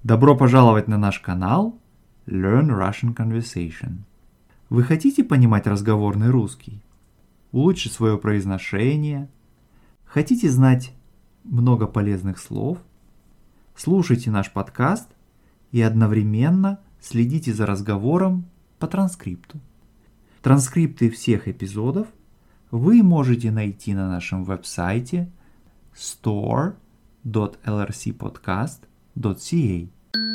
Добро пожаловать на наш канал Learn Russian Conversation. Вы хотите понимать разговорный русский? Улучшить свое произношение? Хотите знать много полезных слов? Слушайте наш подкаст и одновременно следите за разговором по транскрипту. Транскрипты всех эпизодов вы можете найти на нашем веб-сайте store.lrcpodcast.ca.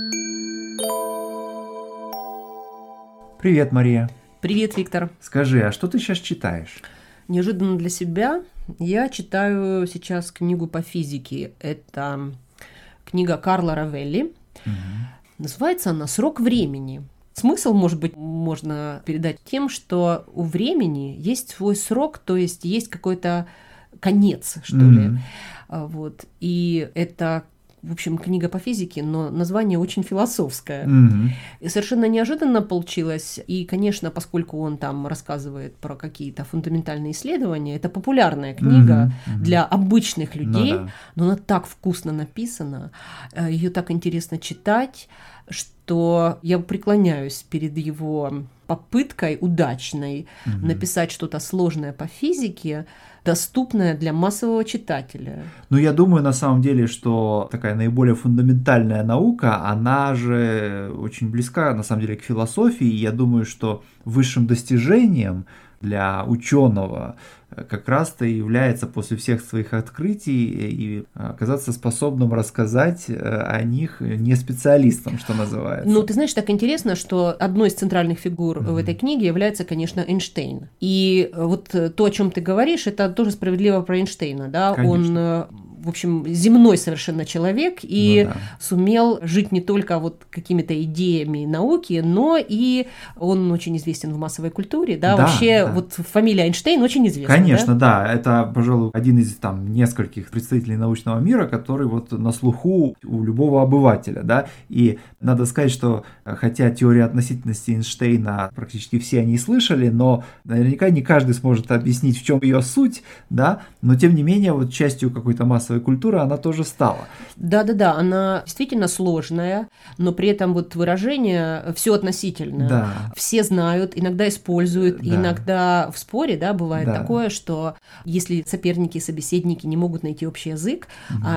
Привет, Мария. Привет, Виктор. Скажи, а что ты сейчас читаешь? Неожиданно для себя я читаю сейчас книгу по физике. Это книга Карла Равелли. Называется она «Срок времени». Смысл, может быть, можно передать тем, что у времени есть свой срок, то есть есть какой-то конец, что ли. Вот. И это, в общем, книга по физике, но название очень философское. И совершенно неожиданно получилось. И, конечно, поскольку он там рассказывает про какие-то фундаментальные исследования, это популярная книга для обычных людей, но она так вкусно написана, ее так интересно читать, что я преклоняюсь перед его попыткой удачной написать что-то сложное по физике, доступное для массового читателя. Ну, я думаю, на самом деле, что такая наиболее фундаментальная наука, она же очень близка, на самом деле, к философии. Я думаю, что высшим достижением для ученого как раз-то является после всех своих открытий и оказаться способным рассказать о них не специалистам, что называется. Ну, ты знаешь, так интересно, что одной из центральных фигур в этой книге является, конечно, Эйнштейн. И вот то, о чем ты говоришь, это тоже справедливо про Эйнштейна, да? Конечно. Он, в общем, земной совершенно человек и сумел жить не только вот какими-то идеями науки, но и он очень известен в массовой культуре, да? Вообще вот фамилия Эйнштейн очень известна. Конечно, да, это, пожалуй, один из там нескольких представителей научного мира, который вот на слуху у любого обывателя, да, и надо сказать, что хотя теория относительности Эйнштейна практически все они слышали, но наверняка не каждый сможет объяснить, в чем ее суть, да, но тем не менее вот частью какой-то массовой культуры она тоже стала. Да-да-да, она действительно сложная, но при этом вот выражение все относительно. Да. Все знают, иногда используют, иногда в споре, да, бывает такое, что если соперники, собеседники не могут найти общий язык,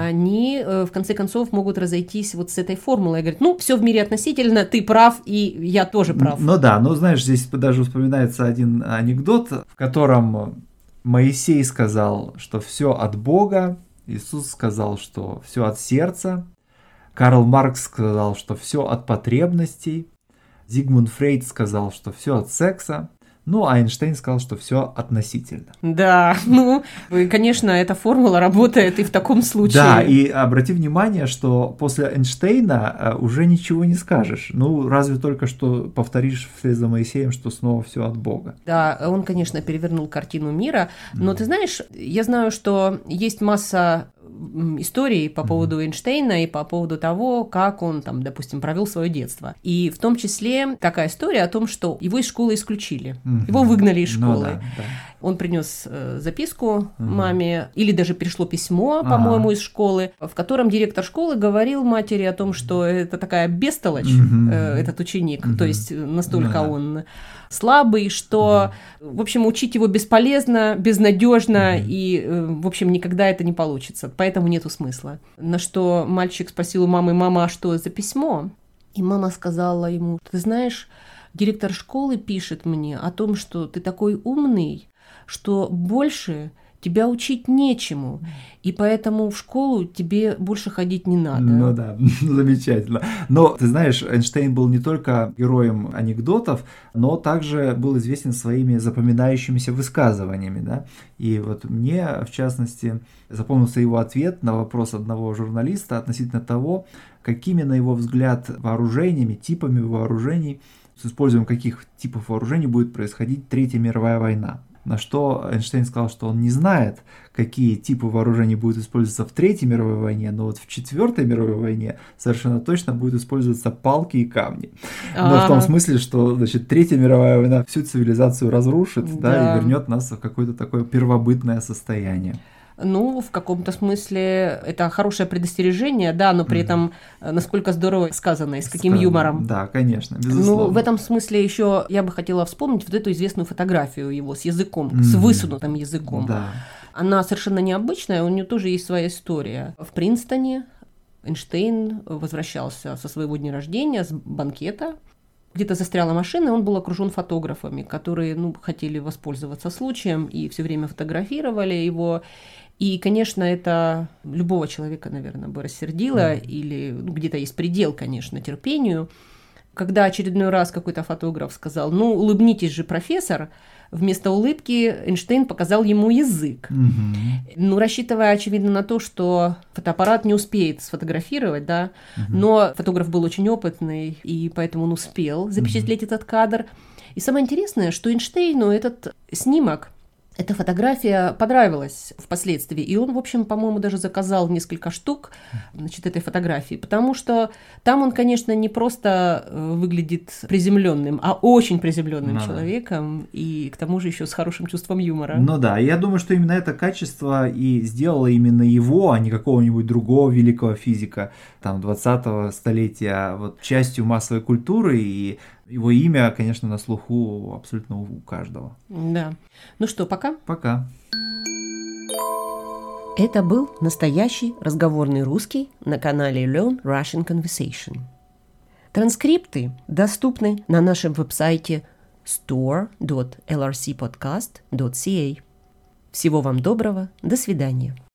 они в конце концов могут разойтись вот с этой формулой и говорят, ну, все в мире относительно, ты прав, и я тоже прав. Ну да, ну знаешь, здесь даже вспоминается один анекдот, в котором Моисей сказал, что все от Бога, Иисус сказал, что все от сердца, Карл Маркс сказал, что все от потребностей, Зигмунд Фрейд сказал, что все от секса, ну, а Эйнштейн сказал, что все относительно. Да, ну, конечно, эта формула работает и в таком случае. Да, и обрати внимание, что после Эйнштейна уже ничего не скажешь. Ну, разве только что повторишь вслед за Моисеем, что снова все от Бога. Да, он, конечно, перевернул картину мира, но ты знаешь, я знаю, что есть масса историй по поводу Эйнштейна и по поводу того, как он, там, допустим, провел свое детство. И в том числе такая история о том, что его из школы исключили. Его выгнали из школы. Ну, да. Он принес записку маме, или даже пришло письмо, по-моему, из школы, в котором директор школы говорил матери о том, что это такая бестолочь, этот ученик, то есть настолько он слабый, что, в общем, учить его бесполезно, безнадежно, и, в общем, никогда это не получится, поэтому нету смысла. На что мальчик спросил у мамы: «Мама, а что за письмо?» И мама сказала ему: «Ты знаешь, директор школы пишет мне о том, что ты такой умный, что больше тебя учить нечему, и поэтому в школу тебе больше ходить не надо». Ну да, замечательно. Но, ты знаешь, Эйнштейн был не только героем анекдотов, но также был известен своими запоминающимися высказываниями, да. И вот мне, в частности, запомнился его ответ на вопрос одного журналиста относительно того, какими, на его взгляд, вооружениями, типами вооружений, с использованием каких типов вооружений будет происходить Третья мировая война. На что Эйнштейн сказал, что он не знает, какие типы вооружений будут использоваться в Третьей мировой войне, но вот в Четвертой мировой войне совершенно точно будут использоваться палки и камни. Но в том смысле, что, значит, Третья мировая война всю цивилизацию разрушит, да, и вернет нас в какое-то такое первобытное состояние. Ну, в каком-то смысле это хорошее предостережение, да, но при этом насколько здорово сказано и с каким юмором. Да, конечно, безусловно. Ну, в этом смысле еще я бы хотела вспомнить вот эту известную фотографию его с языком, с высунутым языком. Да. Она совершенно необычная, у нее тоже есть своя история. В Принстоне Эйнштейн возвращался со своего дня рождения, с банкета. Где-то застряла машина, и он был окружен фотографами, которые хотели воспользоваться случаем и все время фотографировали его. И, конечно, это любого человека, наверное, бы рассердило, или где-то есть предел, конечно, терпению. Когда очередной раз какой-то фотограф сказал: ну, улыбнитесь же, профессор, вместо улыбки Эйнштейн показал ему язык. Ну, рассчитывая, очевидно, на то, что фотоаппарат не успеет сфотографировать, да, но фотограф был очень опытный, и поэтому он успел запечатлеть этот кадр. И самое интересное, что Эйнштейну этот снимок, эта фотография понравилась впоследствии, и он, в общем, по-моему, даже заказал несколько штук, этой фотографии, потому что там он, конечно, не просто выглядит приземленным, а очень приземленным человеком, и к тому же еще с хорошим чувством юмора. Ну да, я думаю, что именно это качество и сделало именно его, а не какого-нибудь другого великого физика 20-го столетия, частью массовой культуры, и его имя, конечно, на слуху абсолютно у каждого. Да. Ну что, пока? Пока. Это был настоящий разговорный русский на канале Learn Russian Conversation. Транскрипты доступны на нашем веб-сайте store.lrcpodcast.ca. Всего вам доброго, до свидания.